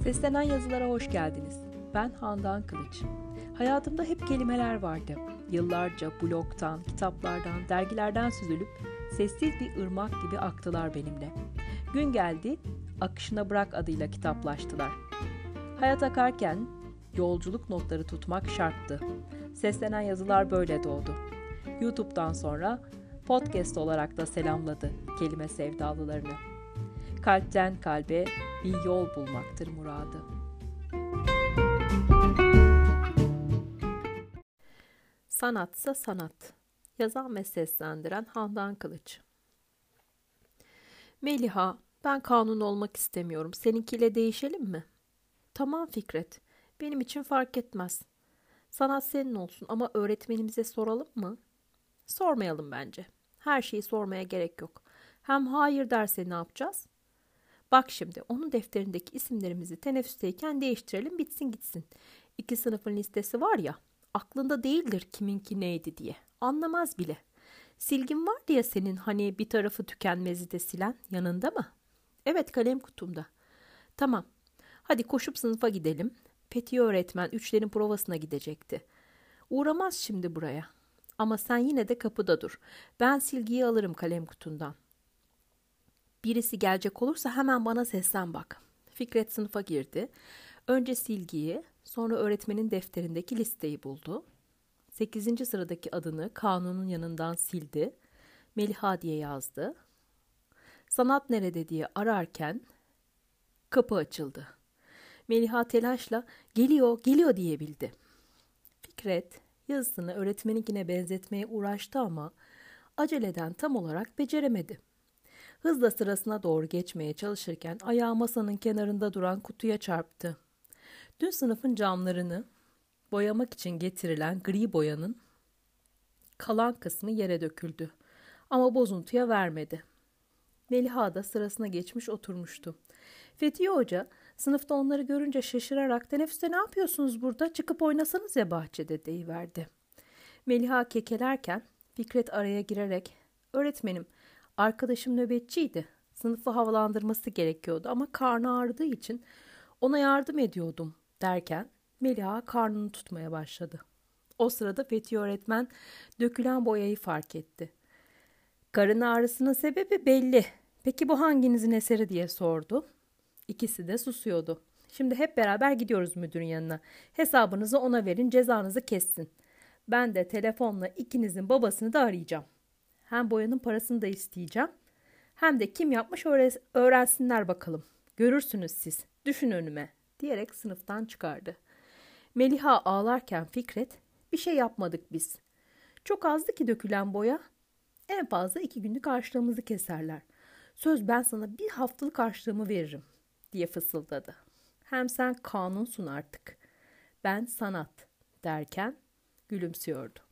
Seslenen yazılara hoş geldiniz. Ben Handan Kılıç. Hayatımda hep kelimeler vardı. Yıllarca blogtan, kitaplardan, dergilerden süzülüp sessiz bir ırmak gibi aktılar benimle. Gün geldi, akışına bırak adıyla kitaplaştılar. Hayat akarken yolculuk notları tutmak şarttı. Seslenen yazılar böyle doğdu. YouTube'dan sonra podcast olarak da selamladı kelime sevdalılarını. Kalpten kalbe bir yol bulmaktır muradı. Sanatsa sanat. Yazan ve seslendiren Handan Kılıç. Meliha, ben kanun olmak istemiyorum. Seninkiyle değişelim mi? Tamam Fikret. Benim için fark etmez. Sanat senin olsun ama öğretmenimize soralım mı? Sormayalım bence. Her şeyi sormaya gerek yok. Hem hayır derse ne yapacağız? Bak şimdi onun defterindeki isimlerimizi teneffüsteyken değiştirelim bitsin gitsin. 2 sınıfın listesi var ya, aklında değildir kiminki neydi diye. Anlamaz bile. Silgin var diye senin hani bir tarafı tükenmezi de silen yanında mı? Evet, kalem kutumda. Tamam. Hadi koşup sınıfa gidelim. Fethiye öğretmen 3'lerin provasına gidecekti. Uğramaz şimdi buraya. Ama sen yine de kapıda dur. Ben silgiyi alırım kalem kutundan. Birisi gelecek olursa hemen bana seslen bak. Fikret sınıfa girdi. Önce silgiyi, sonra öğretmenin defterindeki listeyi buldu. 8. sıradaki adını kanunun yanından sildi. Meliha diye yazdı. Sanat nerede diye ararken kapı açıldı. Meliha telaşla geliyor, geliyor diyebildi. Fikret yazısını öğretmeninkine benzetmeye uğraştı ama aceleden tam olarak beceremedi. Hızla sırasına doğru geçmeye çalışırken ayağı masanın kenarında duran kutuya çarptı. Dün sınıfın camlarını boyamak için getirilen gri boyanın kalan kısmı yere döküldü. Ama bozuntuya vermedi. Meliha da sırasına geçmiş oturmuştu. Fethiye Hoca sınıfta onları görünce şaşırarak "Teneffüste ne yapıyorsunuz burada? Çıkıp oynasanız ya bahçede" deyiverdi. Meliha kekelerken Fikret araya girerek "Öğretmenim, arkadaşım nöbetçiydi. Sınıfı havalandırması gerekiyordu ama karnı ağrıdığı için ona yardım ediyordum" derken Meliha karnını tutmaya başladı. O sırada Fethiye öğretmen dökülen boyayı fark etti. "Karın ağrısının sebebi belli. Peki bu hanginizin eseri?" diye sordu. İkisi de susuyordu. "Şimdi hep beraber gidiyoruz müdürün yanına. Hesabınızı ona verin, cezanızı kessin. Ben de telefonla ikinizin babasını da arayacağım. Hem boyanın parasını da isteyeceğim. Hem de kim yapmış öğrensinler bakalım. Görürsünüz siz. Düşün önüme" diyerek sınıftan çıkardı. Meliha ağlarken Fikret, "Bir şey yapmadık biz. Çok azdı ki dökülen boya. En fazla 2 günlük harçlığımızı keserler. Söz ben sana 1 haftalık harçlığımı veririm" diye fısıldadı. "Hem sen kanunsun artık. Ben sanat" derken gülümsüyordu.